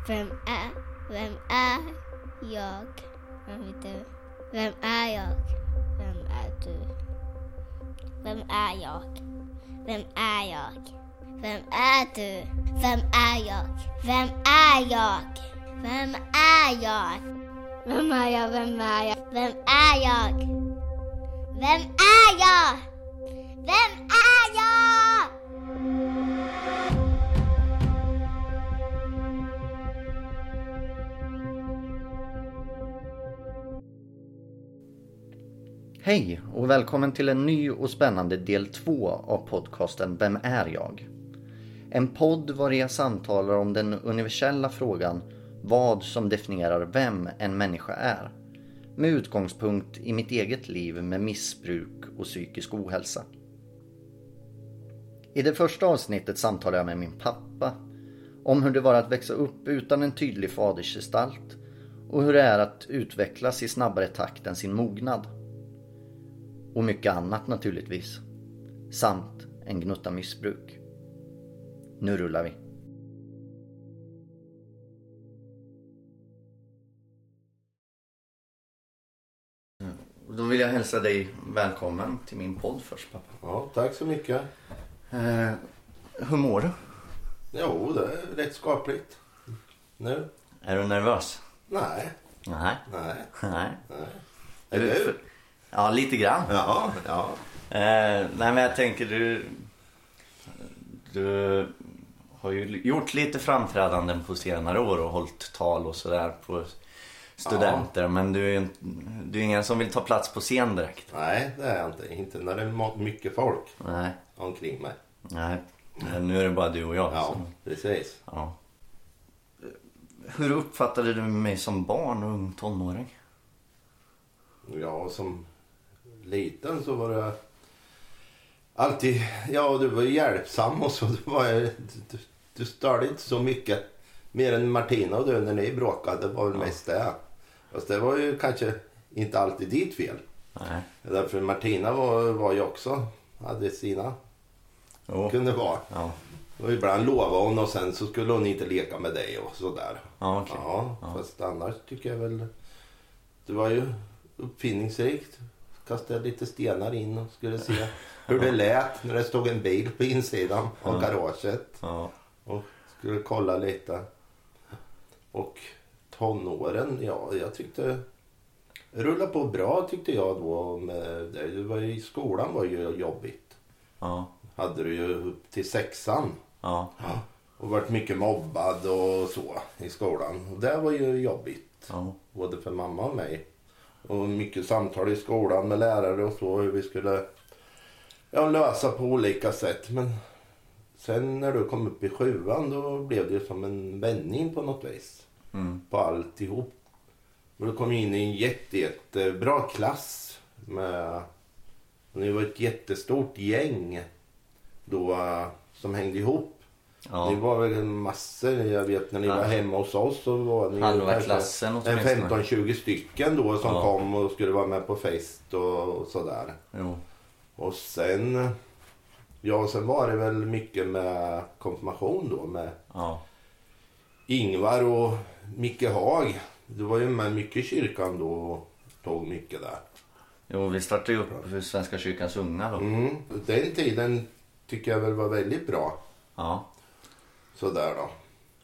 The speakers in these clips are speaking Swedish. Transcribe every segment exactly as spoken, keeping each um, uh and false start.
Vem är, vem är jag? Vem är du? Vem är jag? Vem är du? Vem är jag? Vem är jag? Vem är du? Vem är jag? Vem är jag? Vem är jag? Vem är jag? Vem är jag? Vem är jag? Vem är jag? Vem är jag? Hej och välkommen till en ny och spännande del två av podcasten Vem är jag? En podd var jag samtalar om den universella frågan vad som definierar vem en människa är. Med utgångspunkt i mitt eget liv med missbruk och psykisk ohälsa. I det första avsnittet samtalade jag med min pappa om hur det var att växa upp utan en tydlig fadersgestalt och hur det är att utvecklas i snabbare takt än sin mognad. Och mycket annat naturligtvis. Samt en gnutta missbruk. Nu rullar vi. Då vill jag hälsa dig välkommen till min podd först, pappa. Ja, tack så mycket. Eh, hur mår du? Jo, det är rätt skapligt. Nu? Är du nervös? Nej. Nej. Nej. Nej. Nej. Är du? Ja, lite grann. Ja, ja. Eh, nej, men jag tänker du... Du har ju gjort lite framträdanden på senare år och hållit tal och sådär på studenter. Ja. Men du är, du är ingen som vill ta plats på scen direkt. Nej, det är jag inte. Inte när det är mycket folk Nej. omkring mig. Nej, men nu är det bara du och jag. Ja, som... precis. Ja. Hur uppfattade du mig som barn och ung tonåring? Ja, som liten så var det alltid, ja, du var hjälpsam och så. Du, var, du, du störde inte så mycket mer än Martina och du när ni bråkade. Det var väl ja. mest det. Fast det var ju kanske inte alltid ditt fel. Nej. Därför Martina var, var ju också, hade sina, jo. kunde vara. Ja. Och ibland lovade hon och sen så skulle hon inte leka med dig och sådär. Ja, okay. ja, ja. Fast annars tycker jag väl, det var ju uppfinningsrikt. Kastade lite stenar in och skulle se hur det lät när det stod en bil på insidan av ja. garaget. Ja. Och skulle kolla lite. Och tonåren, ja, jag tyckte rulla på bra tyckte jag då. Med det. Det var ju, i skolan var ju jobbigt. Ja. Hade du ju upp till sexan. Ja. Ja. Och varit mycket mobbad och så i skolan. Och det var ju jobbigt. Ja. Både för mamma och mig. Och mycket samtal i skolan med lärare och så. Hur vi skulle ja, lösa på olika sätt. Men sen när du kom upp i sjuan då blev det som en vändning på något vis. Mm. På alltihop. Och du kom in i en jätte, jättebra klass. Med, och det var ett jättestort gäng då som hängde ihop. Ja. Det var väl en massor, jag vet när ni ja. var hemma hos oss så var ni halva klassen en femton tjugo stycken då som ja. kom och skulle vara med på fest och, och sådär. Jo. Och sen ja, sen var det väl mycket med konfirmation då med ja. Ingvar och Micke Hag. Det var ju med mycket i kyrkan då och tog mycket där. Jo, vi startade ju upp för Svenska kyrkans unga då. Mm, den tiden tycker jag väl var väldigt bra. Ja. Så där då.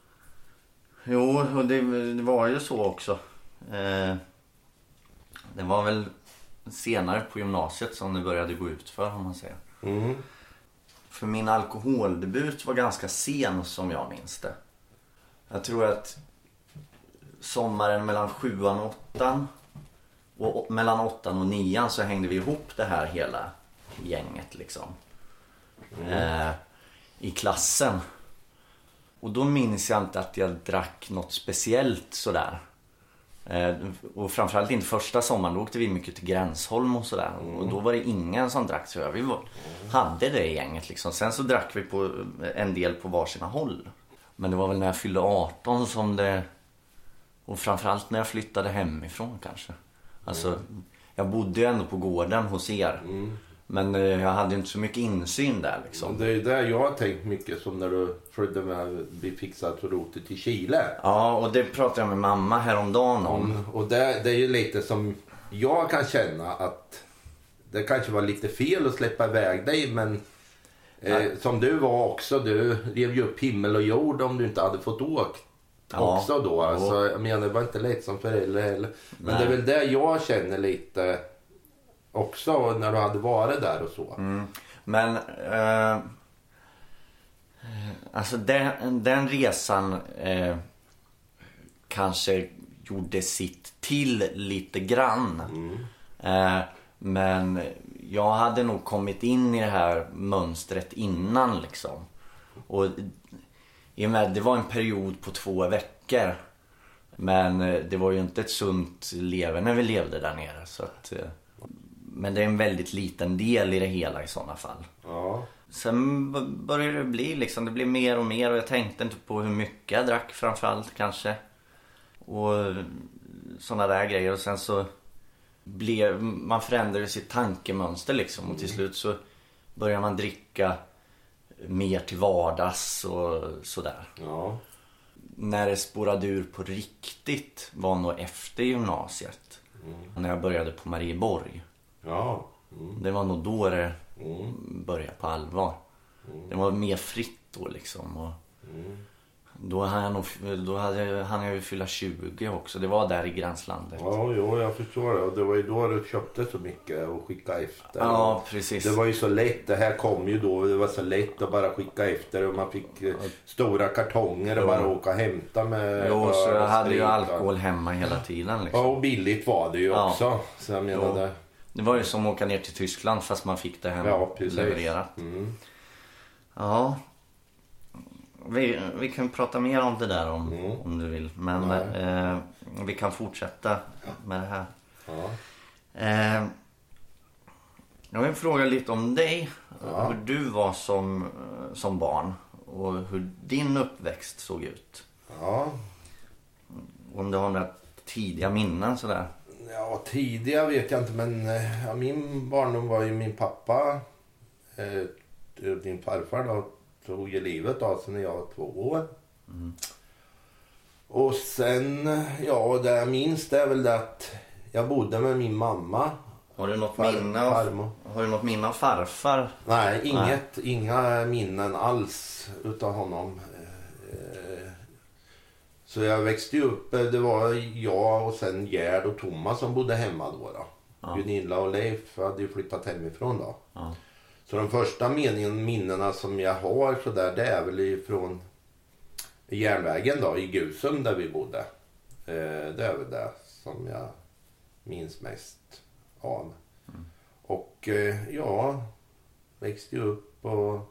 Jo, och det, det var ju så också. Eh, det var väl senare på gymnasiet som det började gå ut för, om man säger. Mm. För min alkoholdebut var ganska sen som jag minns det. Jag tror att sommaren mellan sjuan och åttan och mellan åttan och nian så hängde vi ihop det här hela gänget liksom. Mm. Eh, i klassen. Och då minns jag inte att jag drack något speciellt sådär. Eh, och framförallt inte första sommaren, då åkte vi mycket till Gränsholm och sådär. Mm. Och då var det ingen som drack, så vi var, hade det gänget liksom. Sen så drack vi på en del på varsina håll. Men det var väl när jag fyllde arton som det... Och framförallt när jag flyttade hemifrån kanske. Alltså, jag bodde ju ändå på gården hos er. Mm. Men eh, jag hade inte så mycket insyn där liksom. Det är ju där jag har tänkt mycket, som när du följde med vi fixat rotet till Chile. Ja, och det pratade jag med mamma häromdagen om. Mm, och det, det är ju lite som jag kan känna att det kanske var lite fel att släppa iväg dig, men eh, som du var också, du rev ju upp himmel och jord om du inte hade fått åka. Ja, också då. Alltså, jag menar, det var inte lätt som förälder heller. Men nej, det är väl det jag känner lite också när du hade varit där och så. Mm. Men eh, alltså den, den resan eh, kanske gjorde sitt till lite grann. Mm. Eh, men jag hade nog kommit in i det här mönstret innan liksom. Och i och med, det var en period på två veckor. Men det var ju inte ett sunt leven när vi levde där nere. Så att, men det är en väldigt liten del i det hela i sådana fall. Ja. Sen började det bli liksom, det blev mer och mer. Och jag tänkte inte på hur mycket jag drack framförallt kanske. Och sådana där grejer. Och sen så blev, man förändrade sitt tankemönster liksom. Och till slut så började man dricka mer till vardags och sådär. Ja. När det spårade ur på riktigt var nog efter gymnasiet. Mm. När jag började på Marieborg. Ja. Mm. Det var nog då det mm. började på allvar. Mm. Det var mer fritt då liksom. Och mm. Då hade jag nog, då hade, hann jag ju fylla tjugo också. Det var där i gränslandet. Ja, jo, jag förstår det. Och det var ju då du köpte så mycket och skicka efter. Ja, precis. Det var ju så lätt. Det här kom ju då. Det var så lätt att bara skicka efter. Och man fick ja. stora kartonger och jo. bara åka och hämta med. Jo, så jag hade ju alkohol hemma hela tiden liksom. Ja, och billigt var det ju ja. också. Så jag menade... Jo. Det var ju som att åka ner till Tyskland fast man fick det hem ja, levererat. Mm. Ja. Vi, vi kan prata mer om det där om, mm. om du vill. Men eh, vi kan fortsätta med det här. Ja. Eh, jag vill fråga lite om dig. Ja. Hur du var som, som barn. Och hur din uppväxt såg ut. Ja. Om du har några tidiga minnen sådär. Ja, tidiga vet jag inte. Men ja, min barndom var ju min pappa. Eh, din farfar då. Tog ju livet av sig när jag var två år. Mm. Och sen, ja, det jag minns det är väl det att jag bodde med min mamma. Har du något, far, minne, av, har du något minne av farfar? Nej, inget, Nej. inga minnen alls utav honom. Så jag växte upp, det var jag och sen Gerd och Thomas som bodde hemma då. då. Ja. Gunilla och Leif hade ju flyttat hemifrån då. Ja. Så de första meningen, minnena som jag har så där, det är väl ifrån järnvägen då i Gusum där vi bodde. Eh, det är väl det som jag minns mest av. Mm. Och eh, ja, växte ju upp och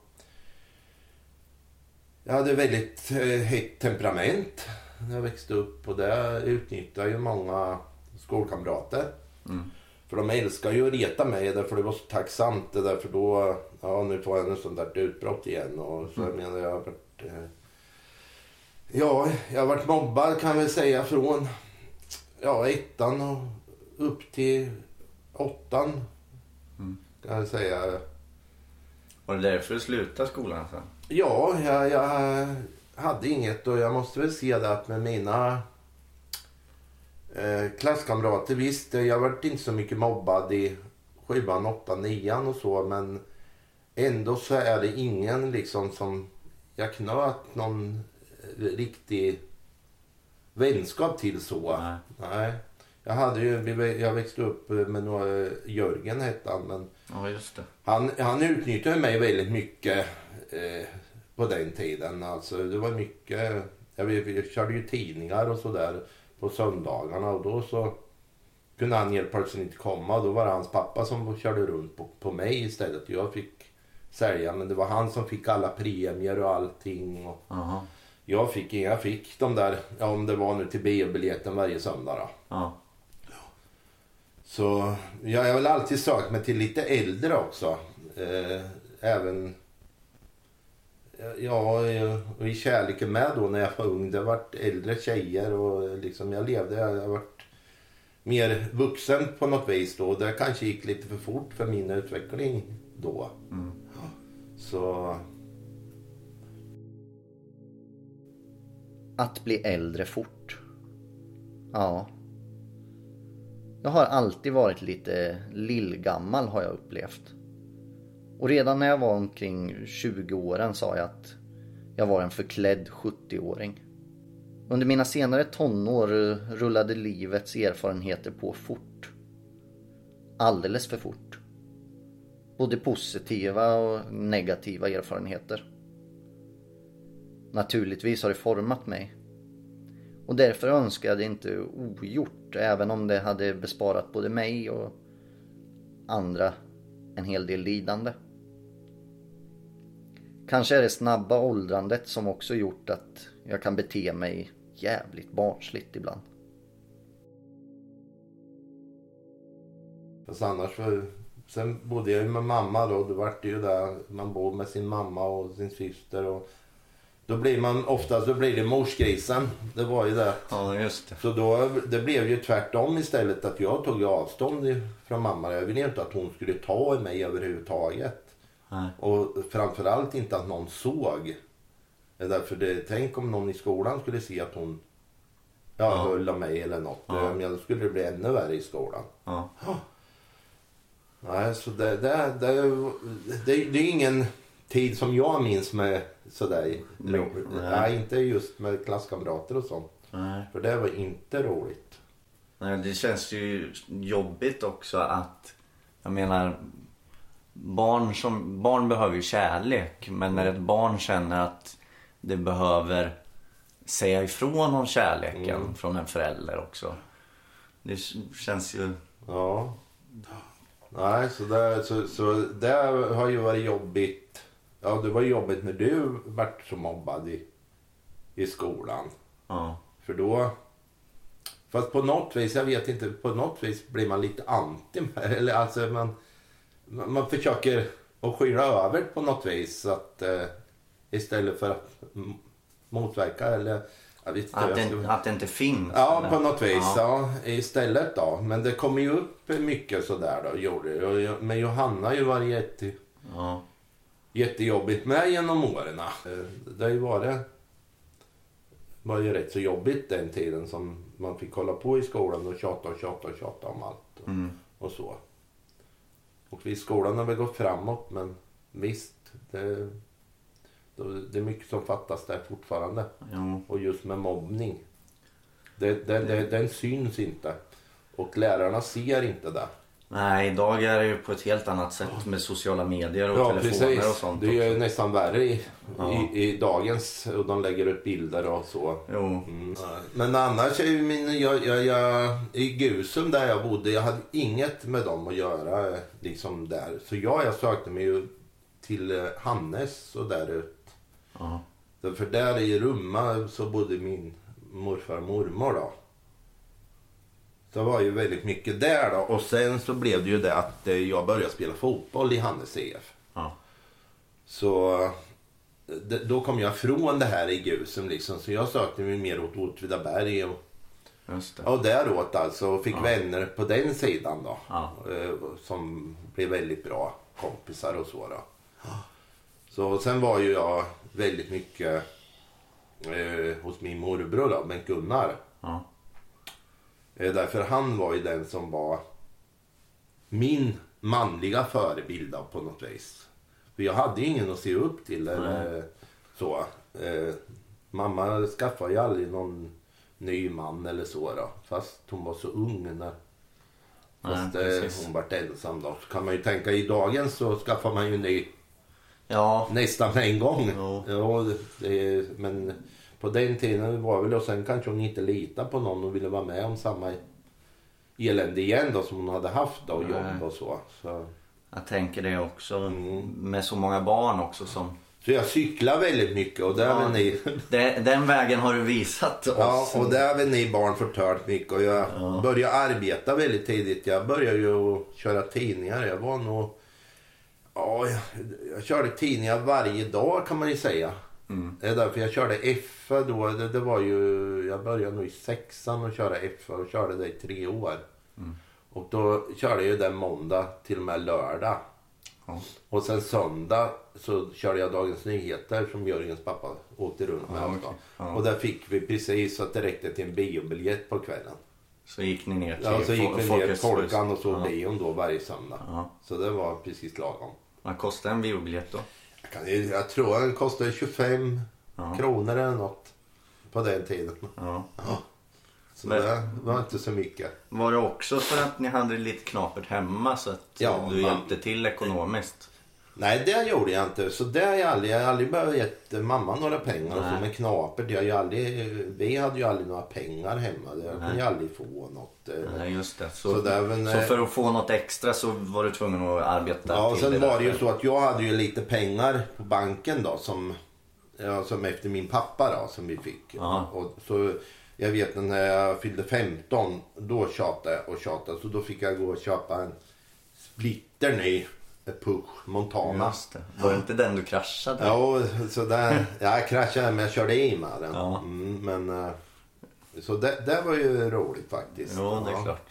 jag hade väldigt eh, hett temperament när jag växte upp och det utnyttjade ju många skolkamrater. Mm. För de älskar ju att reta mig därför det var så tacksamt. Det därför då, ja nu får jag en sån där utbrott igen. Och så mm. jag menar jag har varit, eh, ja jag har varit mobbad kan vi säga från ja ettan och upp till åttan. Mm. Kan jag säga. Var det därför du slutade skolan sen? Ja, jag, jag hade inget och jag måste väl se det att med mina Eh, klasskamrater, visst jag varit inte så mycket mobbad i sjuan, åttan, nian och så, men ändå så är det ingen liksom som jag knöt någon riktig vänskap till så. Nej. Nej. Jag hade ju, jag växte upp med några, Jörgen hette han, men ja, just det. Han, han utnyttjade mig väldigt mycket eh, på den tiden. Alltså det var mycket, jag, jag körde ju tidningar och sådär på söndagarna och då så kunde han helt plötsligt inte komma. Då var det hans pappa som körde runt på, på mig istället. Jag fick sälja, men det var han som fick alla premier och allting. Och uh-huh. jag fick jag fick de där, ja, om det var nu till biobiljetten varje söndag då. Uh-huh. Så jag har väl alltid sökt mig till lite äldre också. Eh, även ja, och i kärleken med då när jag var ung. Det har varit äldre tjejer och liksom jag levde, jag har varit mer vuxen på något vis då. Det kanske gick lite för fort för min utveckling då. Mm. Så... Att bli äldre fort. Ja. Jag har alltid varit lite lillgammal har jag upplevt. Och redan när jag var omkring tjugo åren sa jag att jag var en förklädd sjuttio-åring. Under mina senare tonår rullade livets erfarenheter på fort. Alldeles för fort. Både positiva och negativa erfarenheter. Naturligtvis har det format mig. Och därför önskar jag det inte ogjort, även om det hade besparat både mig och andra en hel del lidande. Kanske är det snabba åldrandet som också gjort att jag kan bete mig jävligt barnsligt ibland. Fast annars för, sen bodde jag ju med mamma då. Det var det ju där man bor med sin mamma och sin syster. Och då blir man oftast, då blir det morsgrisen. Det var ju det. Ja, just det. Så då, det blev ju tvärtom istället att jag tog avstånd från mamma. Jag ville inte att hon skulle ta i mig överhuvudtaget. Nej. Och framförallt inte att någon såg. Därför det, tänk om någon i skolan skulle se att hon ja, ja. höll av mig eller något. Ja. Men då skulle det bli ännu värre i skolan. Ja. Ja. Nej, så det, det, det, det, det är ingen tid som jag minns med sådär. Nej. Nej, inte just med klasskamrater och sånt. Nej. För det var inte roligt. Nej, det känns ju jobbigt också att, jag menar, barn, som, barn behöver ju kärlek. Men när ett barn känner att det behöver säga ifrån om kärleken mm. från en förälder också. Det känns ju... Ja. Nej, så det, så, så det har ju varit jobbigt. Ja, det var jobbigt när du vart så mobbad i, i skolan. Ja. För då... Fast på något vis, jag vet inte, på något vis blir man lite anti med. Eller alltså man, man försöker att skyla över på något vis. Att, eh, istället för att motverka eller... Jag vet inte, att, det, skulle... att det inte finns. Ja, eller? På något vis. Ja. Ja, istället då. Men det kommer ju upp mycket sådär då. Gjorde det. Men Johanna har ju varit jätte, ja. jättejobbigt med genom åren. Det har ju varit, var ju rätt så jobbigt den tiden som man fick hålla på i skolan och tjata och tjata och tjata om allt. Och, mm. och så. Och i skolan har vi gått framåt, men visst, det... Det är mycket som fattas där fortfarande. Ja. Och just med mobbning. Det, det, det, den syns inte. Och lärarna ser inte det. Nej, idag är det ju på ett helt annat sätt med sociala medier och ja, telefoner precis. Och sånt. Det är ju också. Nästan värre i, ja. i, i dagens. Och de lägger upp bilder och så. Jo. Mm. Men annars är ju min... Jag, jag, jag, i Gusum där jag bodde, jag hade inget med dem att göra. Liksom där. Så jag, jag sökte mig ju till Hannes och där ut. Ja. För där i Rumma så bodde min morfar och mormor då. Så var ju väldigt mycket där då. Och sen så blev det ju det att jag började spela fotboll i Hannes C F. Ja. Så då kom jag från det här i Gusum liksom. Så jag sökte mig mer åt Åtvidaberg och, Just det. och däråt alltså. Och fick ja. vänner på den sidan då. Ja. Som blev väldigt bra kompisar och så då. Ja. Så sen var ju jag väldigt mycket eh, hos min morbror då, Bengt Gunnar. Ja. Eh, därför han var ju den som var min manliga förebild då, på något vis. För jag hade ingen att se upp till eller så. Eh, mamma skaffade ju aldrig någon ny man eller så då. Fast hon var så ung när fast, Nej, eh, hon var ensam då. Så kan man ju tänka i dagens så skaffar man ju en ny. Ja. Nästan en gång. Ja. Ja, det, det, men på den tiden var väl och sen kanske hon inte litade på någon och ville vara med om samma elände igen då som hon hade haft då och jobb och så. så. Jag tänker det också mm. med så många barn också som... Så jag cyklar väldigt mycket och där ja, ni... det, den vägen har du visat oss. Ja, och där har ni barn förtört mycket och jag ja. började arbeta väldigt tidigt. Jag började ju köra tidningar. Jag var nog... Ja, jag, jag körde tidningar varje dag kan man ju säga. Mm. Det är därför jag körde F då. Det, det var ju, jag började nog i sexan och köra F och körde det i tre år. Mm. Och då körde jag den måndag till och med lördag. Ja. Och sen söndag så körde jag Dagens Nyheter som Jörgens pappa åkte runt med. Ja, oss okay. Ja. Och där fick vi precis så att det räckte till en biobiljett på kvällen. Så gick ni ner till Ja, så gick vi ner till Folkets Folkan och såg ja. bion då varje söndag. Ja. Så det var precis lagom. Vad kostar en biobiljett då? Jag, kan, jag tror den kostade tjugofem Ja. kronor eller något på den tiden. Ja. Ja. Så Men- det var inte så mycket. Var det också för att ni hade lite knapert hemma så att Ja, du man- hjälpte till ekonomiskt? Nej, det gjorde jag inte. Så det har jag aldrig, jag har aldrig behövt ge mamma några pengar. Och så Nej. med knapert, jag har ju aldrig, vi hade ju aldrig några pengar hemma. Jag kunde Nej. ju aldrig få något. eh. Nej, just det. Så, Så så, där, men, eh, för att få något extra så var du tvungen att arbeta Ja, och till sen det var det ju därför. så att jag hade ju lite pengar på banken då som, ja, som efter min pappa då som vi fick. Ja. Och så jag vet när jag fyllde femton då tjatade jag och tjatade så då fick jag gå och köpa en splitter ny Puch Montana. Just det. Var det inte den du kraschade? Ja, och så där, jag kraschade men jag körde i med den. Ja. Mm, men eh, så det, det var ju roligt faktiskt. Jo, det är Ja. klart.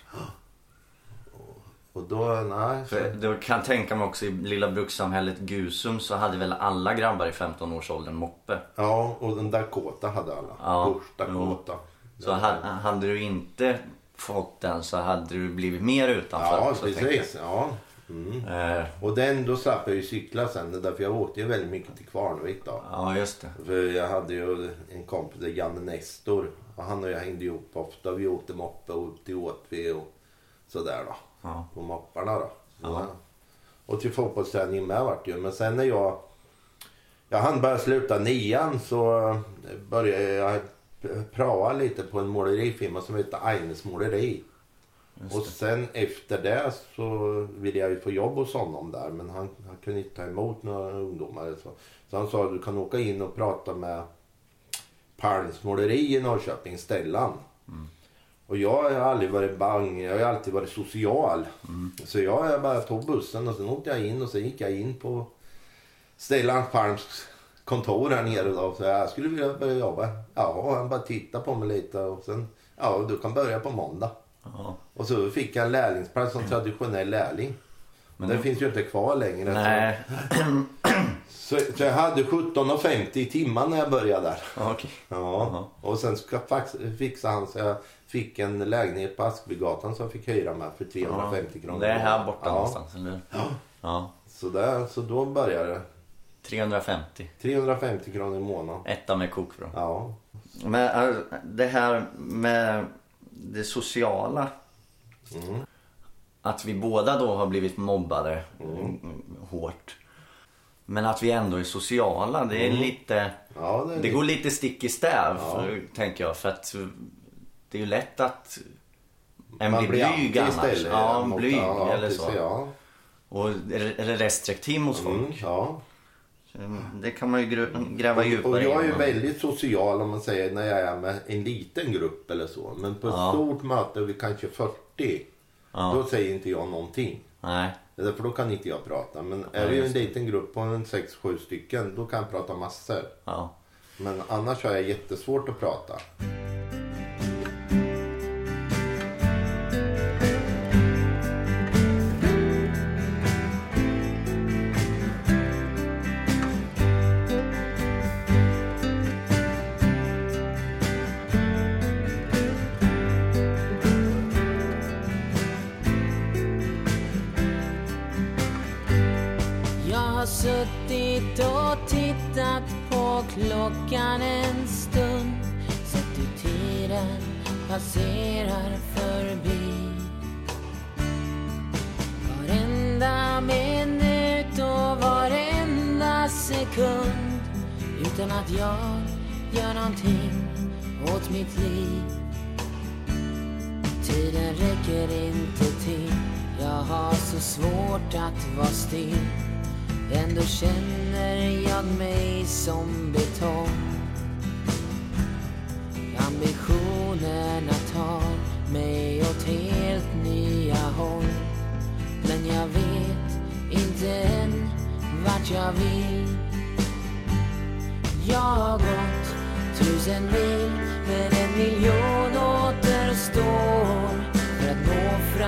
Och då, nej. Så, För då kan jag tänka mig också i lilla brukssamhället Gusum så hade väl alla grabbar i femton-årsåldern moppe. ja, och den Dakota hade alla. Ja, Puch Dakota. Så hade, hade du inte fått den så hade du blivit mer utanför. Ja, så tänker jag. precis. Ja. Mm. Eh, Och den, då slapp jag ju cykla sen. Det är därför jag åkte ju väldigt mycket till Kvarnvik då. ja, just det. För jag hade ju en kompis, Janne Nestor. Och han och jag hängde ihop ofta. Vi åkte moppe och upp till Åtvi och sådär då. Ja. På mopparna då. Ja. Ja. Och till fotbollsträningen med vart ju. Men sen när jag... Jag hann börja sluta nian så började jag prava lite på en målerifirma som heter Aines Måleri. Just Och det. sen efter det så ville jag ju få jobb hos honom där. Men han, han kunde inte ta emot några ungdomar. Så, så han sa du kan åka in och prata med Palms Måleri i Norrköping, Stellan. Mm. Och jag har aldrig varit bang, jag har alltid varit social. Mm. Så jag, jag bara tog bussen och sen åkte jag in och sen gick jag in på Stellan Palms kontor här nere då. Så jag skulle vilja börja jobba. Ja, han bara tittade på mig lite och sen, ja du kan börja på måndag. Ja. Och så fick jag en lärlingsplats som traditionell lärling. Men Den nu- finns ju inte kvar längre. Nej. Så, så jag hade sjutton femtio i timmen när jag började där. Ja, okej. Ja. Jaha. Och sen ska fax, fixa han så jag fick en lägenhet på Askbygatan som jag fick hyra med för trehundrafemtio kronor. Det är här borta ja. någonstans, eller hur? Ja. Ja. Så, där, så då började det. trehundrafemtio. trehundrafemtio kronor i månaden. Etta med kokvrå. Ja. Men äh, det här med det sociala. Mm. Att vi båda då har blivit mobbade Mm. mm, hårt. Men att vi ändå är sociala, det är Mm. lite... Ja, det, är Det går lite stick i stäv, Ja. för, tänker jag. För att det är ju lätt att en man blir blir blyg anti annars. istället. Ja, mot- blyg ja, eller precis, så. Ja. Och, eller, eller restriktiv mot folk. Mm, ja. Det kan man ju gr- gräva djupare Och jag är ju in. väldigt social om man säger när jag är med en liten grupp eller så. Men på ett Ja. stort möte vid kanske fyrtio, Ja. då säger inte jag någonting. Nej. För då kan inte jag prata. Men Ja, är det ju en just det. liten grupp på en sex sju stycken, då kan jag prata massor. Ja. Men annars har jag jättesvårt att prata. Jag har suttit och tittat på klockan en stund. Sett hur tiden passerar förbi. Varenda minut och varenda sekund. Utan att jag gör någonting åt mitt liv. Tiden räcker inte till. Jag har så svårt att vara still. Ändå känner jag mig som betong. Ambitionerna tar mig åt helt nya håll. Men jag vet inte än vart jag vill. Jag har gått tusen mil, men en miljon återstår för att nå fram.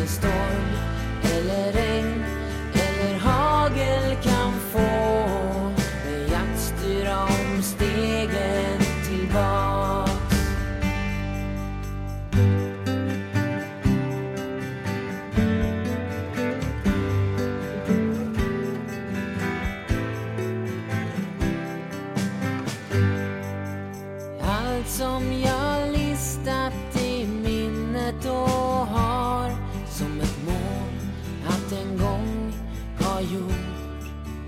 Varken storm eller regn eller hagel kan få mig att styra om stegen tillbaks. Allt som jag listat i minnet och har som ett mål att en gång ha gjort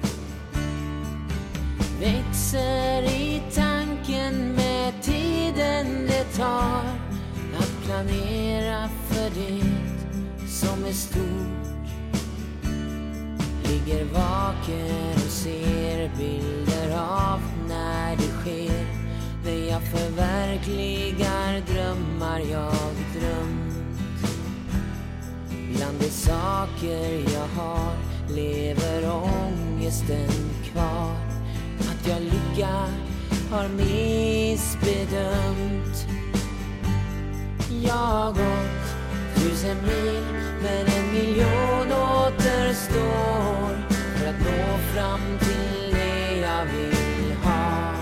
växer i tanken med tiden det tar att planera för det som är stort. Ligger vaken och ser bilder av när det sker, när jag förverkligar drömmar jag drömt. Bland de saker jag har lever ångesten kvar, att jag lycka har missbedömt. Jag har gått tusen mil men en miljon återstår för att nå fram till det jag vill ha.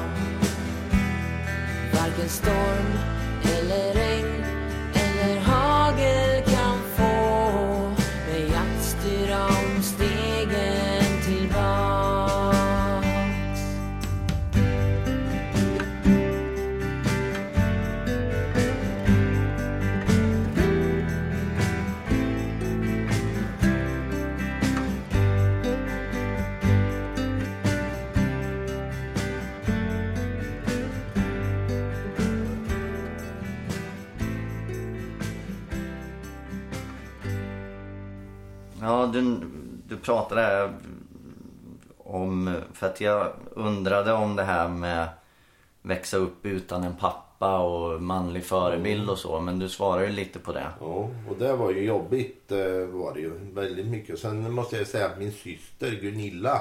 Varken storm eller regn eller hagel kan få mig att styra om stegen tillbaks. Ja, du, du pratade om, för att jag undrade om det här med växa upp utan en pappa och manlig förebild och så, men du svarar ju lite på det. Ja, och det var ju jobbigt, var det ju väldigt mycket. Sen måste jag säga att min syster Gunilla,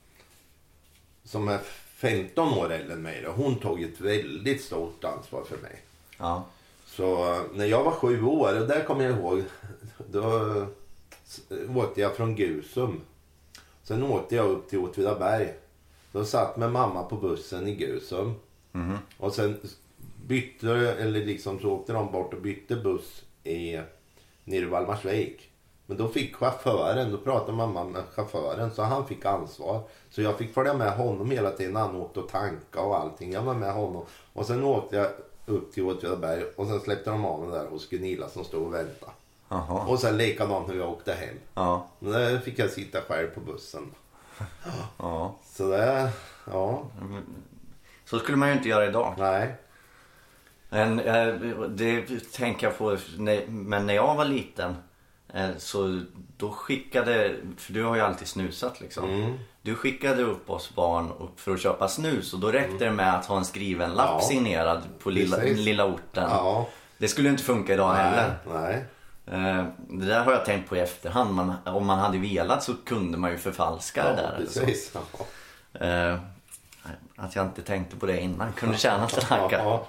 som är femton år äldre än mig, hon tog ett väldigt stort ansvar för mig. Ja. Så när jag var sju år, och där kommer jag ihåg, då åkte jag från Gusum. Sen åkte jag upp till Åtvidaberg. Då satt med mamma på bussen i Gusum. Mm. Och sen bytte, eller liksom så åkte de bort och bytte buss i nere i Valdemarsvik. Men då fick chauffören, då pratade mamma med chauffören, så han fick ansvar. Så jag fick följa med honom hela tiden. Han åkte och tanka och allting. Jag var med honom. Och sen åkte jag upp till Åtvidaberg och sen släppte de av mig där hos Gunilla som stod och väntade. Aha. Och sen likadant när jag åkte hem. Ja. Där fick jag sitta själv på bussen. Ja. Så det, ja. Så skulle man ju inte göra idag. Nej. Men det tänker jag på, men när jag var liten så då skickade, för du har ju alltid snusat liksom. Mm. Du skickade upp oss barn för att köpa snus och då räckte det med att ha en skriven lapp ja. signerad på lilla, lilla orten. Ja. Det skulle inte funka idag nej, heller. Nej. Det där har jag tänkt på i efterhand. Man, om man hade velat så kunde man ju förfalska ja, det där. Precis. Ja. Att jag inte tänkte på det innan. Kunde tjäna tankar. Ja,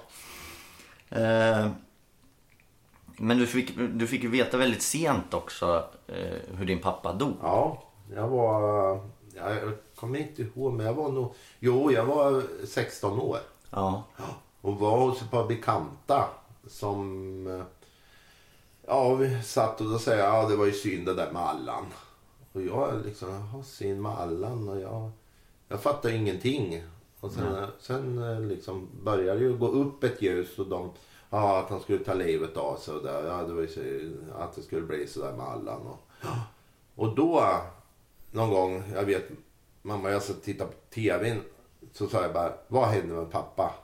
ja. Men du fick, du fick ju veta väldigt sent också hur din pappa dog. Ja, jag var... Jag kommer inte ihåg, men jag var nog... Jo, jag var sexton år. Ja. Och var hos ett par bekanta som... Ja, vi satt och då säger jag, ja det var ju synd det där med Allan. Och jag liksom, jaha, synd med Allan. Och jag, jag fattar ingenting. Och sen, mm. sen liksom började ju gå upp ett ljus och de, ja att han skulle ta livet av sig. Och där, ja, det var ju så, att det skulle bli så där med Allan. Och, och då, någon gång, jag vet, mamma jag satt och tittade på tvn. Så sa jag bara, vad hände med pappa?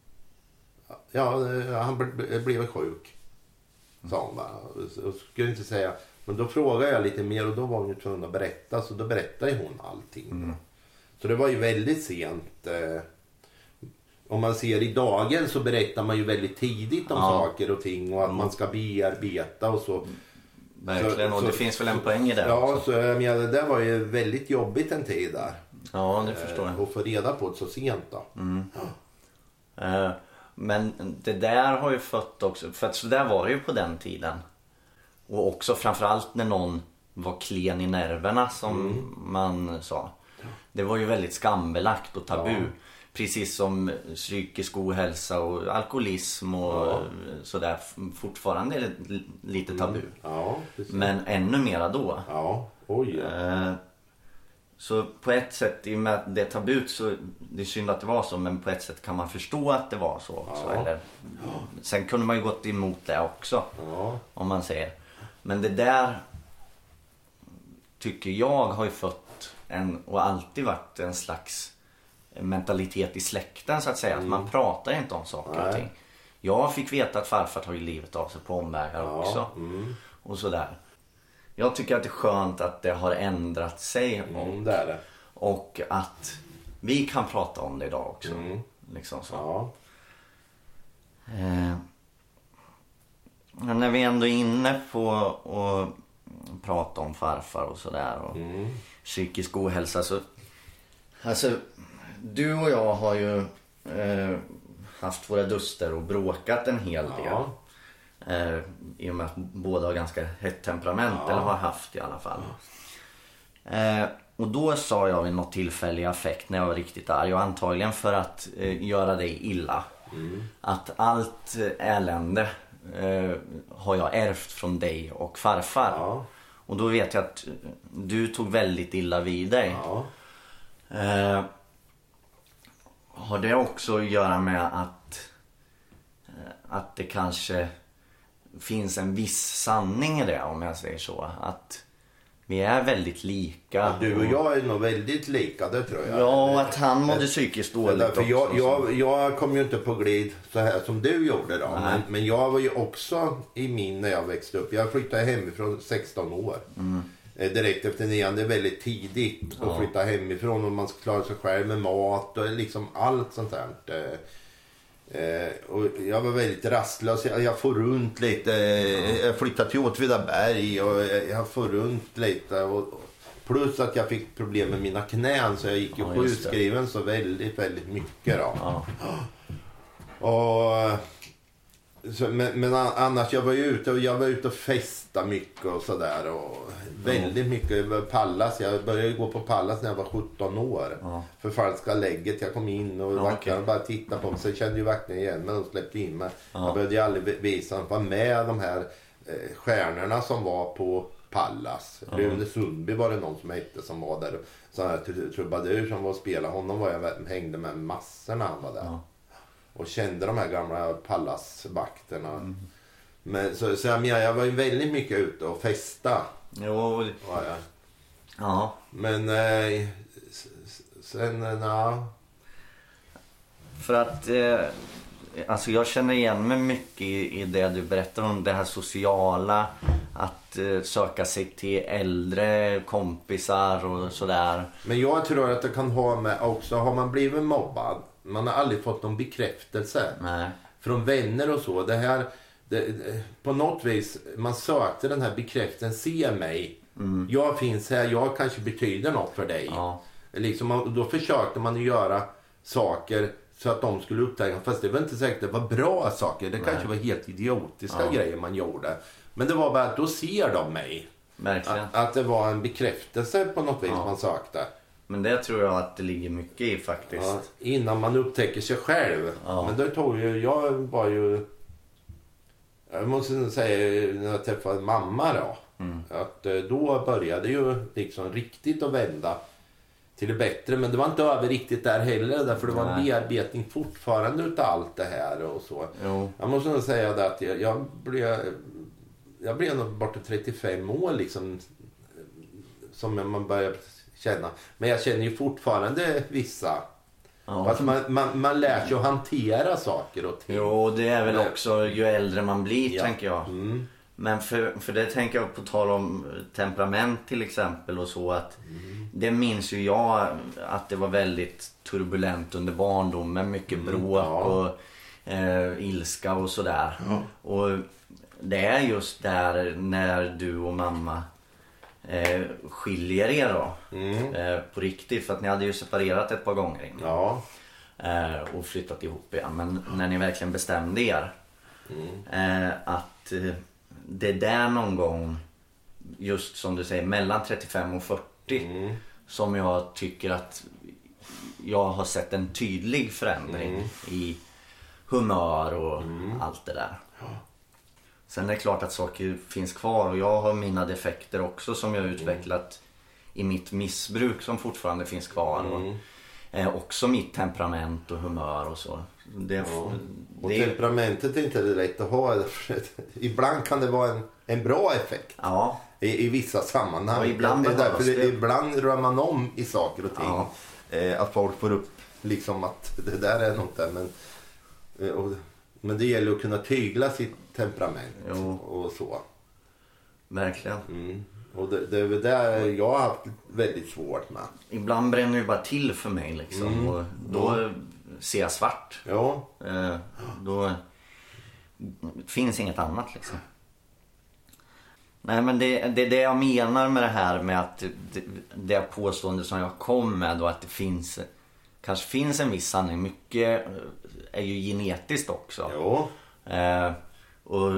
Ja, han blev, blev sjuk. Sa hon bara. Och skulle inte säga. Men då frågade jag lite mer och då var hon ju tvungen att berätta. Så då berättade hon allting. Mm. Så det var ju väldigt sent. Eh, om man ser i dagen så berättar man ju väldigt tidigt om ja. saker och ting. Och att mm. man ska bearbeta och så. Verkligen, så, och det så, finns väl en poäng i det ja, också. Så jag menar, det där var ju väldigt jobbigt en tid där. Ja, det förstår jag. Och få reda på det så sent då. Mm. Ja. Uh. Men det där har ju fått också, för att så där var det ju på den tiden. och också framförallt när någon var klen i nerverna som mm. man sa. Det var ju väldigt skambelagt och tabu. Ja. Precis som psykisk ohälsa och alkoholism och ja. sådär. Fortfarande är det lite tabu. Mm. Ja, men ännu mera då. Ja, oj. Eh, så på ett sätt, i och med att det är tabut, så det är synd att det var så, men på ett sätt kan man förstå att det var så också. Ja. Eller, ja. Sen kunde man ju gått emot det också. Ja. Om man säger. Men det där tycker jag har ju fått en, och alltid varit en slags mentalitet i släkten så att säga. Mm. Att man pratar inte om saker Nej. och ting. Jag fick veta att farfar tagit livet av sig på omvägar ja. också. Mm. Och sådär. Jag tycker att det är skönt att det har ändrat sig. Och, mm, det är det. och att vi kan prata om det idag också. Mm. Liksom så. Ja. Eh, när vi ändå är inne på att prata om farfar och sådär. Och mm. psykisk ohälsa. Så, alltså, du och jag har ju eh, haft våra duster och bråkat en hel del. Ja. Eh, I och med att båda har ganska hett temperament, ja. eller har haft i alla fall. Eh, och då sa jag vid något tillfälle i affekt när jag var riktigt arg, och antagligen för att eh, göra dig illa. Mm. Att allt elände eh, har jag ärvt från dig och farfar. Ja. Och då vet jag att du tog väldigt illa vid dig. Ja. Eh, har det också att göra med att att det kanske finns en viss sanning i det, om jag säger så, att vi är väldigt lika. Ja, du och jag är nog väldigt lika, det tror jag. Ja, och att han mådde psykiskt dåligt också. Jag, jag, jag kom ju inte på glid så här som du gjorde då. Men, men jag var ju också i min när jag växte upp. Jag flyttade hemifrån sexton år. Mm. Direkt efter nian, det är väldigt tidigt att ja. flytta hemifrån, och man ska klara sig själv med mat och liksom allt sånt där. Eh, och jag var väldigt rastlös. Jag, jag får runt lite. Eh, jag flyttade till Åtvidaberg och jag, jag får runt lite. Och, plus att jag fick problem med mina knän, så jag gick ju ja, sjukskriven så väldigt, väldigt mycket då. Ja. Och, så, men, men annars, jag var ju ute och jag var ute och festa mycket och sådär. Och väldigt mycket Pallas. Jag började gå på Pallas när jag var sjutton år. Ja. Förfalska lägget. Jag kom in och ja, vakterna okay. bara tittade på mig. Sen kände ju vakterna igen mig och släppte in mig. Ja. Jag började ju aldrig visa att vara med de här eh, stjärnorna som var på Pallas. Ja. Rune Sundby var det någon som hette som var där. Sån här trubadur som var och spelade. Honom var jag hängde med massor när han var där. Ja. Och kände de här gamla Pallasvakterna. Mm. Men, så, så jag, jag var ju väldigt mycket ute och festa. Jo. Ja, ja. Ja. Men eh, sen, ja. För att eh, alltså jag känner igen mig mycket i, i det du berättar om, det här sociala, att eh, söka sig till äldre kompisar och sådär. Men jag tror att det kan ha med också, har man blivit mobbad, man har aldrig fått någon bekräftelse. Nej. Från vänner och så. Det här, det, på något vis, man sökte den här bekräftelsen, se mig. Mm. Jag finns här, jag kanske betyder något för dig. Ja. Liksom, då försökte man göra saker så att de skulle upptäcka. Fast det var inte säkert det var bra saker. Det Nej. kanske var helt idiotiska ja. grejer man gjorde. Men det var bara att då ser de mig. Att, att det var en bekräftelse på något vis ja. man sökte. Men det tror jag att det ligger mycket i faktiskt. Ja, innan man upptäcker sig själv. Ja. Men då tog ju, jag var ju, jag måste säga när jag träffade mamma då. Mm. Att då började ju liksom riktigt att vända till det bättre. Men det var inte över riktigt där heller. Därför det var en bearbetning fortfarande utav allt det här och så. Jo. Jag måste nog säga det att jag, jag blev, jag blev nog borta trettiofem år liksom. Som man börjar känna. Men jag känner ju fortfarande vissa. Ja. Alltså man, man, man lär sig att hantera saker och ting. Jo, det är väl också ju äldre man blir, ja. tänker jag. Mm. Men för, för det tänker jag på tal om temperament till exempel och så, att mm. det minns ju jag att det var väldigt turbulent under barndomen, mycket bråk mm, ja. och eh, ilska och sådär. Ja. Och det är just där när du och mamma eh, skiljer er då mm. eh, på riktigt, för att ni hade ju separerat ett par gånger innan. Ja. Eh, och flyttat ihop igen, men när ni verkligen bestämde er mm. eh, att eh, det är där någon gång, just som du säger, mellan trettiofem och fyrtio mm. som jag tycker att jag har sett en tydlig förändring mm. i humör och mm. allt det där. Ja. Sen är det klart att saker finns kvar och jag har mina defekter också som jag har utvecklat mm. i mitt missbruk som fortfarande finns kvar. Mm. Och, eh, också mitt temperament och humör och så. Det, ja. Och det, temperamentet är inte det rätt att ha. Ibland kan det vara en, en bra effekt. Ja. I, i vissa sammanhang. Och ibland, det är därför det, ibland rör man om i saker och ting. Ja. Eh, att folk får upp liksom att det där är något där. Men, eh, och, men det gäller att kunna tygla sitt temperament. Jo. Och så. Verkligen. Mm. Och det, det är väl där jag har haft väldigt svårt med. Ibland bränner det bara till för mig liksom. Mm. Och då ja. ser jag svart. Ja. Eh, då finns inget annat liksom. Nej, men det, det är det jag menar med det här med att det, det påstående som jag kom med då, att det finns kanske finns en viss sanning. Mycket är ju genetiskt också. Jo. Eh, och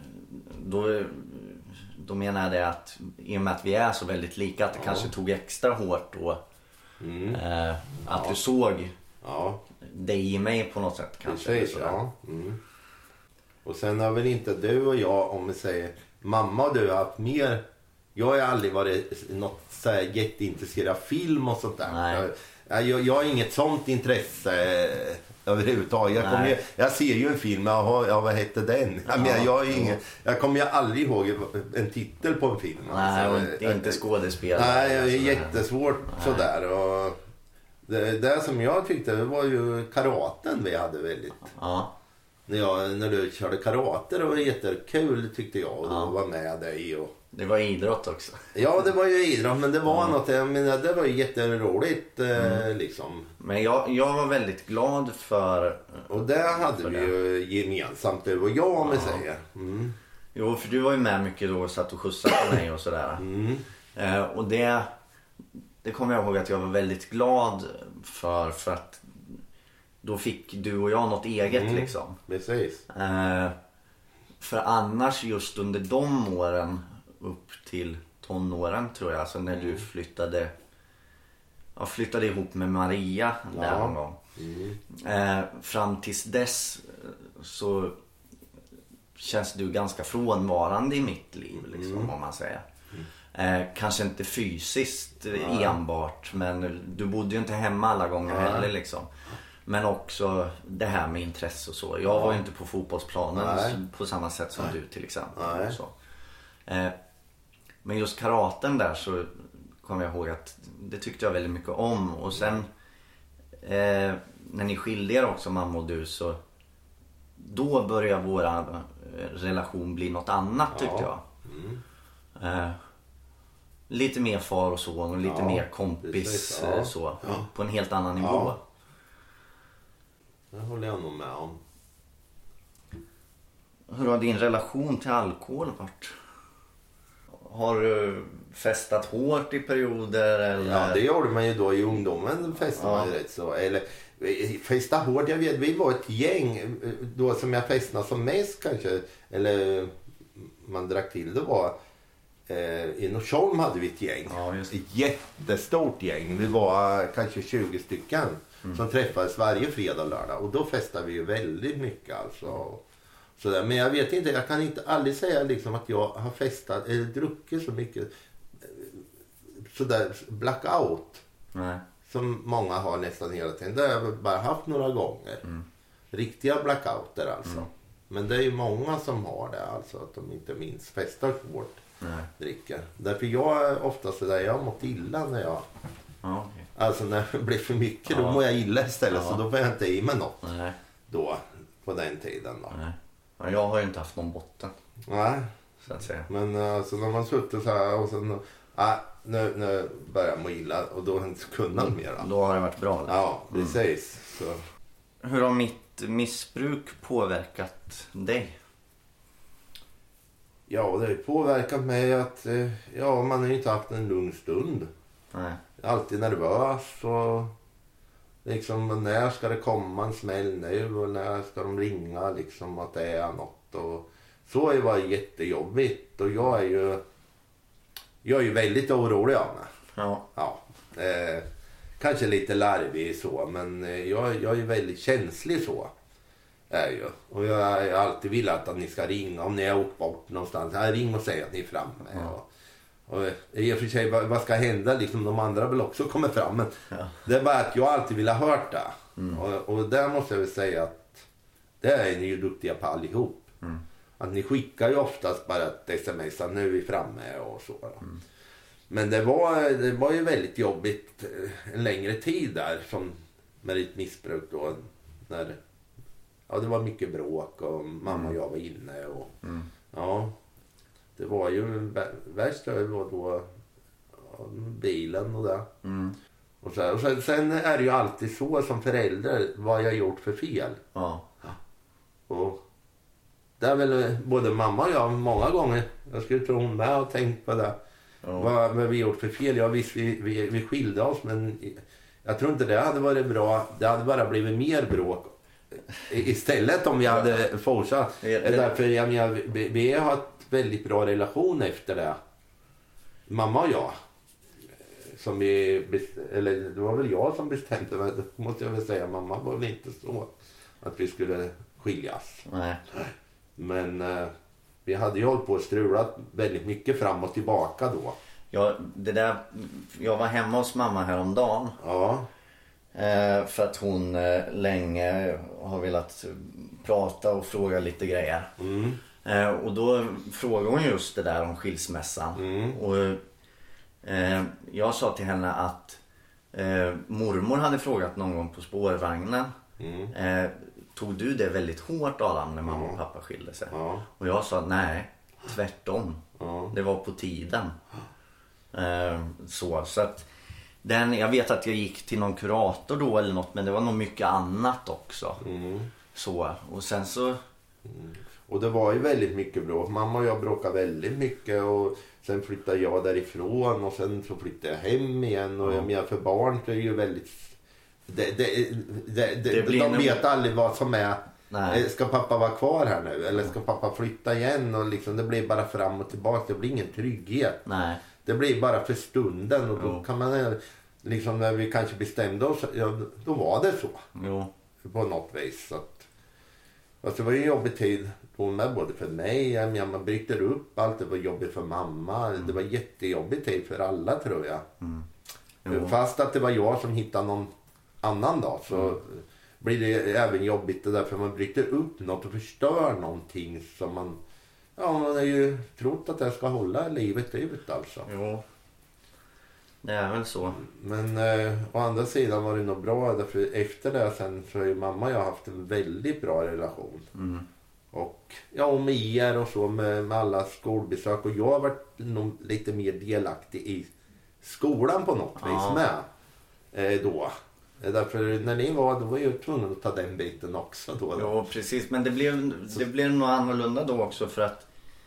då, då menar jag det att i och med att vi är så väldigt lika att det ja. kanske tog extra hårt då. Mm. Eh, att ja. du såg ja. dig i mig på något sätt kanske. Precis, ja. Mm. Och sen har väl inte du och jag, om vi säger mamma och du har haft mer. Jag har aldrig varit något så här jätteintresserad av film och sånt där. Nej. Jag, jag, jag har inget sånt intresse eh, överhuvudtaget. Jag, kommer, jag ser ju en film, jag, jag, vad hette den? Jag, ja, jag, är ingen, jag kommer ju aldrig ihåg en titel på en film. Nej, alltså, och inte skådespelare. Nej, det är jättesvårt nej. sådär. Och det, det som jag tyckte det var ju karaten vi hade väldigt. Ja. När, jag, när du körde karate, det var jättekul tyckte jag och ja. då var med dig. Och... Det var idrott också. Ja, det var ju idrott, men det var ja. något, jag menar, det var ju jätteroligt mm. eh, liksom. Men jag, jag var väldigt glad för... Och det hade för vi det. ju gemensamt, det var jag om vi ja. säger. Mm. Jo, för du var ju med mycket då och satt och skjutsade på mig och sådär. Mm. Eh, och det, det kommer jag ihåg att jag var väldigt glad för, för att då fick du och jag något eget mm, liksom. Precis. Eh, för annars just under de åren upp till tonåren tror jag. Alltså när mm. du flyttade jag flyttade ihop med Maria där ja. någon gång. Mm. Eh, fram tills dess så känns du ganska frånvarande i mitt liv liksom mm. om man säger. Eh, kanske inte fysiskt mm. enbart, men du bodde ju inte hemma alla gånger mm. heller liksom. Men också det här med intresse och så. Jag ja. var ju inte på fotbollsplanen Nej. på samma sätt som Nej. du till exempel. Så. Eh, men just karaten där så kommer jag ihåg att det tyckte jag väldigt mycket om. Och sen eh, när ni skilde er också, mamma och du, så då började våra relation bli något annat tyckte ja. jag. Mm. Eh, lite mer far och son och lite ja, mer kompis ja. så. Ja. På en helt annan nivå. Ja. Det håller jag nog med om. Hur har din relation till alkohol varit? Har du festat hårt i perioder? Eller? Ja, det gjorde man ju då i ungdomen. Festade ja. man ju rätt så. Eller festa hårt, jag vet, vi var ett gäng då som jag festade som mest kanske. Eller man drack till, det var eh, i Norsholm hade vi ett gäng. Ja, just det. Ett jättestort gäng. Vi var kanske tjugo stycken. Mm. Som träffades varje fredag och lördag. Och då festade vi ju väldigt mycket alltså. Sådär. Men jag vet inte, jag kan inte aldrig säga liksom att jag har festat eller druckit så mycket sådär blackout. Nej. Som många har nästan hela tiden. Det har jag bara haft några gånger. Mm. Riktiga blackouter alltså. Mm. Men det är ju många som har det alltså. Att de inte minst festar hårt. Nej. Dricker. Därför jag är ofta sådär, jag har mått illa när jag ja, okay. Alltså när det blir för mycket ja. då mår jag illa istället ja. så då får jag inte i mig något. Nej. Då, på den tiden då. Nej. Ja, jag har ju inte haft någon botten. Nej. Så att säga. Men alltså när man suttit så här och sen, ah, nu, nu börjar jag må illa och då har jag inte kunnat mer. Då har det varit bra. Liksom. Ja, precis. Mm. Så. Hur har mitt missbruk påverkat dig? Ja, det har påverkat mig att ja, man har ju inte haft en lugn stund. Nej. Alltid nervös och liksom när ska det komma en smäll nu och när ska de ringa liksom att det är något och Så det var jättejobbigt. Och jag är ju, jag är ju väldigt orolig av mig. Ja. Ja. Eh, kanske lite larvig så, men jag, jag är väldigt känslig så. Är ju. Och jag har alltid velat att ni ska ringa om ni har åkt bort någonstans. Jag ring och säg att ni är framme. Ja. Och, och i och för sig, vad, vad ska hända? Liksom, de andra vill också komma fram. Men ja. Det är bara att jag alltid vill ha hört det. Mm. Och, och där måste jag väl säga att det är ni ju duktiga på allihop. Mm. Att ni skickar ju oftast bara ett sms att nu är vi framme och så. Mm. Men det var, det var ju väldigt jobbigt en längre tid där som med ditt missbruk då. När, ja, det var mycket bråk och mamma och jag var inne. Och, mm. Ja, det var ju värst det var då ja, bilen och det. Mm. Och, så här, och sen, sen är det ju alltid så som förälder vad jag gjort för fel. Ja. Och det är väl både mamma och jag många gånger, jag skulle tro hon med och tänkt på det. Ja. Vad, vad vi gjort för fel. Ja visst, vi, vi, vi skilde oss, men jag tror inte det hade varit bra. Det hade bara blivit mer bråk istället om vi hade fortsatt. Ja. Därför jag menar, vi, vi har haft väldigt bra relation efter det. Mamma och jag. Som vi, eller det var väl jag som bestämde, men det måste jag väl säga. Mamma var väl inte så att vi skulle skiljas. Nej. Men eh, vi hade ju hållit på och strulat väldigt mycket fram och tillbaka då. Ja, det där, jag var hemma hos mamma häromdagen. Ja. Eh, för att hon eh, länge har velat prata och fråga lite grejer. Mm. Eh, och då frågade hon just det där om skilsmässan. Mm. Och eh, jag sa till henne att eh, mormor hade frågat någon gång på spårvagnen. Mm. Eh, tog du det väldigt hårt, Adam, när mamma och pappa skilde sig? Ja. Och jag sa nej, tvärtom. Ja. Det var på tiden. Eh, så, så att den, jag vet att jag gick till någon kurator då eller något, men det var nog mycket annat också. Mm. Så, och sen så... Mm. Och det var ju väldigt mycket bråk. Mamma och jag bråkade väldigt mycket och sen flyttade jag därifrån och sen så flyttade jag hem igen. Och jag menar, för barn så är ju väldigt... Det, det, det, det, det de vet nog... aldrig vad som är... Nej. Ska pappa vara kvar här nu? Eller ska pappa flytta igen? Och liksom, det blir bara fram och tillbaka. Det blir ingen trygghet. Nej. Det blir bara för stunden. Och då jo. kan man... Liksom när vi kanske bestämde oss, ja, då var det så. Jo. På något vis. Så att, alltså det var ju en jobbig tid då med, både för mig. Jag menar, man bryter upp allt. Det var jobbigt för mamma. Mm. Det var jättejobbig tid för alla, tror jag. Mm. Fast att det var jag som hittade någon annan dag, så mm. blir det även jobbigt det därför man bryter upp något och förstör någonting som man, ja, man har ju trott att det ska hålla livet ut alltså. Jo, det är väl så. Men eh, å andra sidan var det nog bra, därför efter det sen så har ju mamma och jag haft en väldigt bra relation. Mm. Och ja, och med er och så med, med alla skolbesök, och jag har varit nog lite mer delaktig i skolan på något ja. vis med eh, då. Därför när ni var, då var jag tvungen att ta den biten också då. Ja, precis. Men det blev, det blev nog annorlunda då också, för att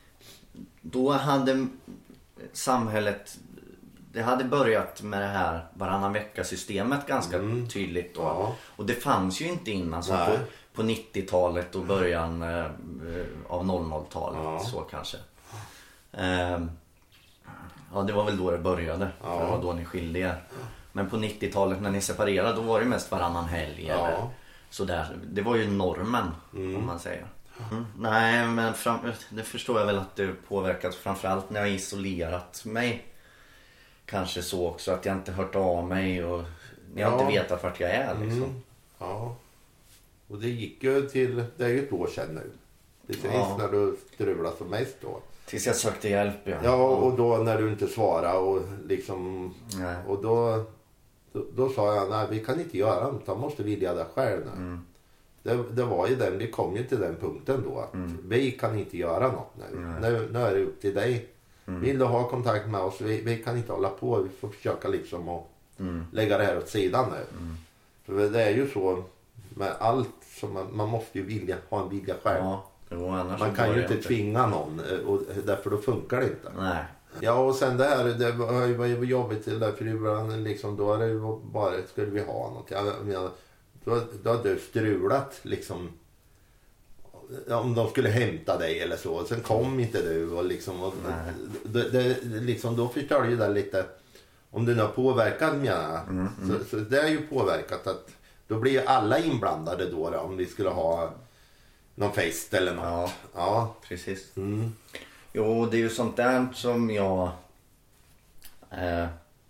då hade samhället, det hade börjat med det här varannan vecka-systemet ganska mm. tydligt då. Ja. Och det fanns ju inte innan, så på, på nittiotalet och början eh, av noll noll-talet ja. så kanske. Eh, ja, det var väl då det började, ja. för det var då ni skilde er. Men på nittiotalet när ni separerade, då var det mest varannan helg ja. eller sådär. Det var ju normen mm. om man säger. Mm. Nej, men fram, det förstår jag väl att det påverkat framförallt när jag isolerat mig. Kanske så också, att jag inte hört av mig och ni har ja. inte vetat vart jag är liksom. Mm. Ja. Och det gick ju till, det är ju ett år sedan nu. Precis ja. när du strulade som mest då. Tills jag sökte hjälp, ja. Ja, och då när du inte svarade och liksom... Nej. Och då, då, då sa jag, nej, vi kan inte göra något. Man måste vilja det själv nu. Mm. Det, det var ju den, vi kom ju till den punkten då. Att mm. vi kan inte göra något nu. Nu, nu är det upp till dig. Mm. Vill du ha kontakt med oss? Vi, vi kan inte hålla på. Vi får försöka liksom att mm. lägga det här åt sidan nu. Mm. För det är ju så med allt som man, man måste ju vilja, ha en vilja själv. Ja. Man kan ju inte tvinga någon, och därför då funkar det inte. Nej. Ja, och sen det här, det var ju jobbigt till där, för ibland liksom, då är det ju bara, skulle vi ha något. Jag menar, då, då har du strulat liksom om de skulle hämta dig eller så. Och sen kom inte du och liksom... Och, det, det, liksom då förstår du ju det lite... Om det nu har påverkat mig. Mm, mm. Så, så det är ju påverkat att... Då blir ju alla inblandade då, då om vi skulle ha någon fest eller något. Ja, ja. precis. Mm. Jo, det är ju sånt där som jag... Eh,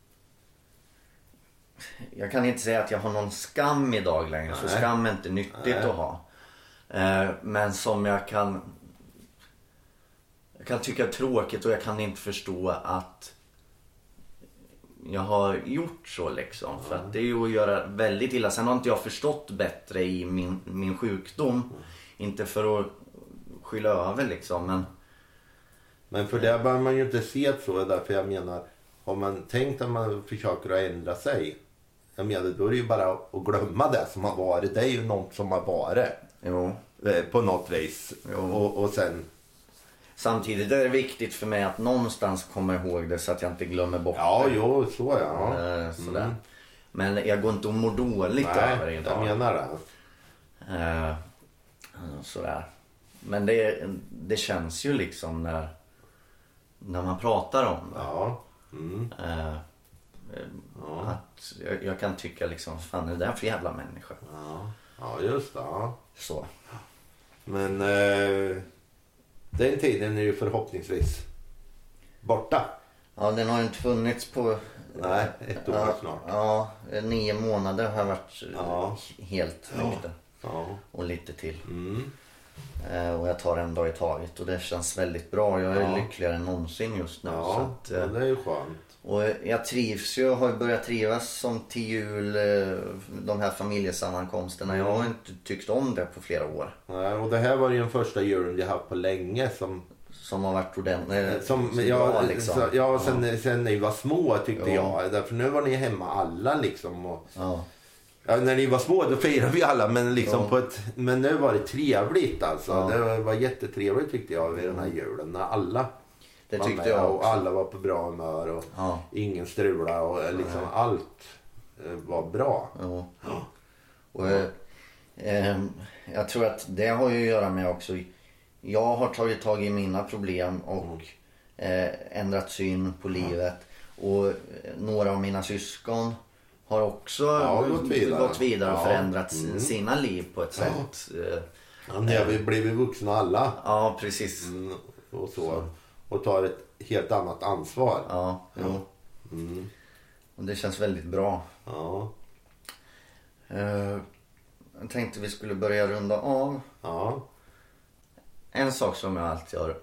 jag kan inte säga att jag har någon skam idag längre. Nej. För skam är inte nyttigt Nej. Att ha. Eh, men som jag kan... Jag kan tycka är tråkigt och jag kan inte förstå att... jag har gjort så liksom. Mm. För att det är ju att göra väldigt illa. Sen har inte jag förstått bättre i min, min sjukdom. Mm. Inte för att skylla över liksom. Men, men för det bör man ju inte se så. Därför jag menar, har man tänkt att man försöker att ändra sig. Jag menar, då är det ju bara att glömma det som har varit. Det är ju något som har varit. Jo. På något vis. Och, och sen... Samtidigt är det viktigt för mig att någonstans komma ihåg det så att jag inte glömmer bort ja, det. Ja, jo, så ja. Äh, sådär. Mm. Men jag går inte och mår dåligt Nej, över det idag. jag menar det. Äh, sådär. Men det, det känns ju liksom när, när man pratar om det. Ja. Mm. Äh, ja. Att jag, jag kan tycka liksom, fan är det där för jävla människa? Ja, ja just det. Ja. Så. Men... Eh... Den tiden är ju förhoppningsvis borta. Ja, den har inte funnits på... Nej, ett år ja, snart. Ja, nio månader har varit ja. helt nykter. Ja. Och lite till. Mm. Eh, och jag tar en dag i taget. Och det känns väldigt bra. Jag är ja. lyckligare än någonsin just nu. Ja, så att, eh, det är ju skönt. Och jag trivs ju. Jag har börjat trivas som till jul. Eh, de här familjesammankomsterna. Mm. Jag har inte tyckt om det på flera år. Nej, och det här var ju den första julen jag haft på länge som... Som har varit ordentligt. Som, som ja, bra, liksom. så, ja, sen, ja, sen ni var små tyckte ja. jag. Därför nu var ni hemma alla liksom. Och, ja. Ja, när ni var små då firade vi alla. Men, liksom ja. på ett, men nu var det trevligt alltså. Ja. Det var, var jättetrevligt tyckte jag vid den här julen. När alla det var tyckte med, jag och alla var på bra humör. Och ja. ingen strula. Och liksom ja. allt var bra. Ja. Ja. Och, eh, eh, jag tror att det har ju att göra med också. Jag har tagit tag i mina problem och eh, ändrat syn på livet. Och eh, några av mina syskon har också ja, gått vidare, gått vidare och ja. förändrat mm. sina liv på ett ja. sätt. Eh, ja, nu har vi blivit vuxna alla. Ja, precis. Mm, och, så. så. Och tar ett helt annat ansvar. Ja, ja. Jo. Mm. Och det känns väldigt bra. Ja. Eh, jag tänkte vi skulle börja runda av. Ja. En sak som jag alltid har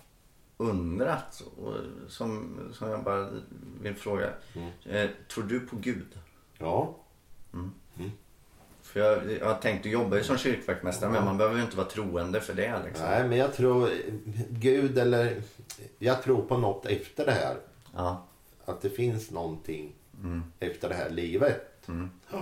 undrat och som, som jag bara vill fråga. Mm. Eh, tror du på Gud? Ja. Mm. Mm. För jag, jag har tänkt, du jobbar ju som kyrkvaktmästare, ja. Men man behöver ju inte vara troende för det. Liksom. Nej, men jag tror Gud eller jag tror på något efter det här. Ja. Att det finns någonting mm. efter det här livet. Mm. Ja.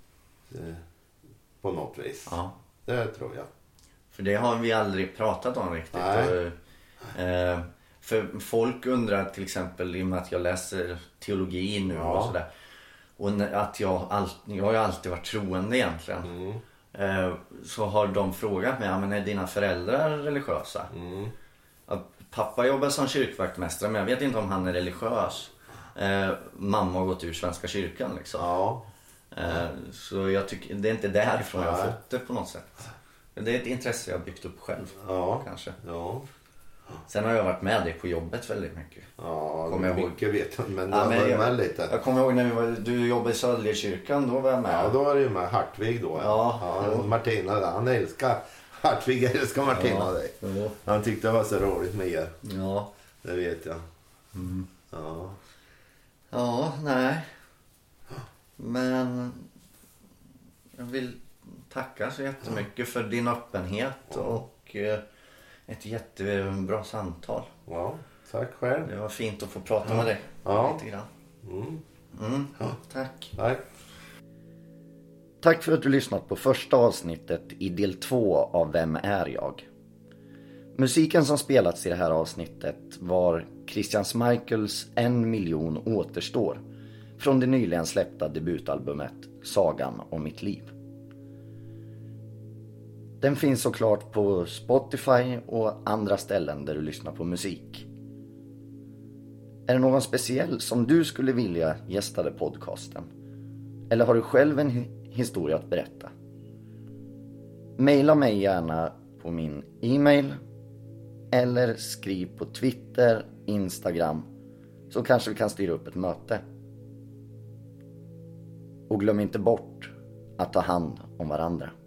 På något vis. Ja. Det tror jag. För det har vi aldrig pratat om riktigt. Och, eh, för folk undrar till exempel, i och med att jag läser teologi nu ja. och sådär. Och att jag, all, jag har ju alltid varit troende egentligen. Mm. Eh, så har de frågat mig, ja, men är dina föräldrar religiösa? Mm. Ja, pappa jobbar som kyrkvaktmästare, men jag vet inte om han är religiös. Eh, mamma har gått ur Svenska kyrkan liksom. Ja. Eh, så jag tycker, det är inte därifrån jag har fått det på något sätt. Det är ett intresse jag har byggt upp själv. Ja. Kanske. Ja. Sen har jag varit med dig på jobbet väldigt mycket. Ja, kommer jag mycket ihåg. vet jag, men ja, jag men var jag, med lite. Jag kommer ihåg när vi var, du jobbade i Söderkyrkan, då var jag med. Ja, då var det ju med Hartvig då. Ja. ja, ja Martina, han älskar Hartvig, älskar Martina ja, dig. Ja. Han tyckte det var så roligt med er. Ja. Det vet jag. Mm. Ja. Ja, nej. Men jag vill tacka så jättemycket för din öppenhet ja. och eh, ett jättebra samtal. Ja, tack själv. Det var fint att få prata ja. med dig ja. lite grann. Mm. Mm. Ja. Tack. Tack. Tack för att du lyssnat på första avsnittet i del två av Vem är jag? Musiken som spelats i det här avsnittet var Christian Smichaels En miljon återstår från det nyligen släppta debutalbumet Sagan om mitt liv. Den finns såklart på Spotify och andra ställen där du lyssnar på musik. Är det någon speciell som du skulle vilja gästade podcasten? Eller har du själv en historia att berätta? Maila mig gärna på min e-mail. Eller skriv på Twitter, Instagram. Så kanske vi kan styra upp ett möte. Och glöm inte bort att ta hand om varandra.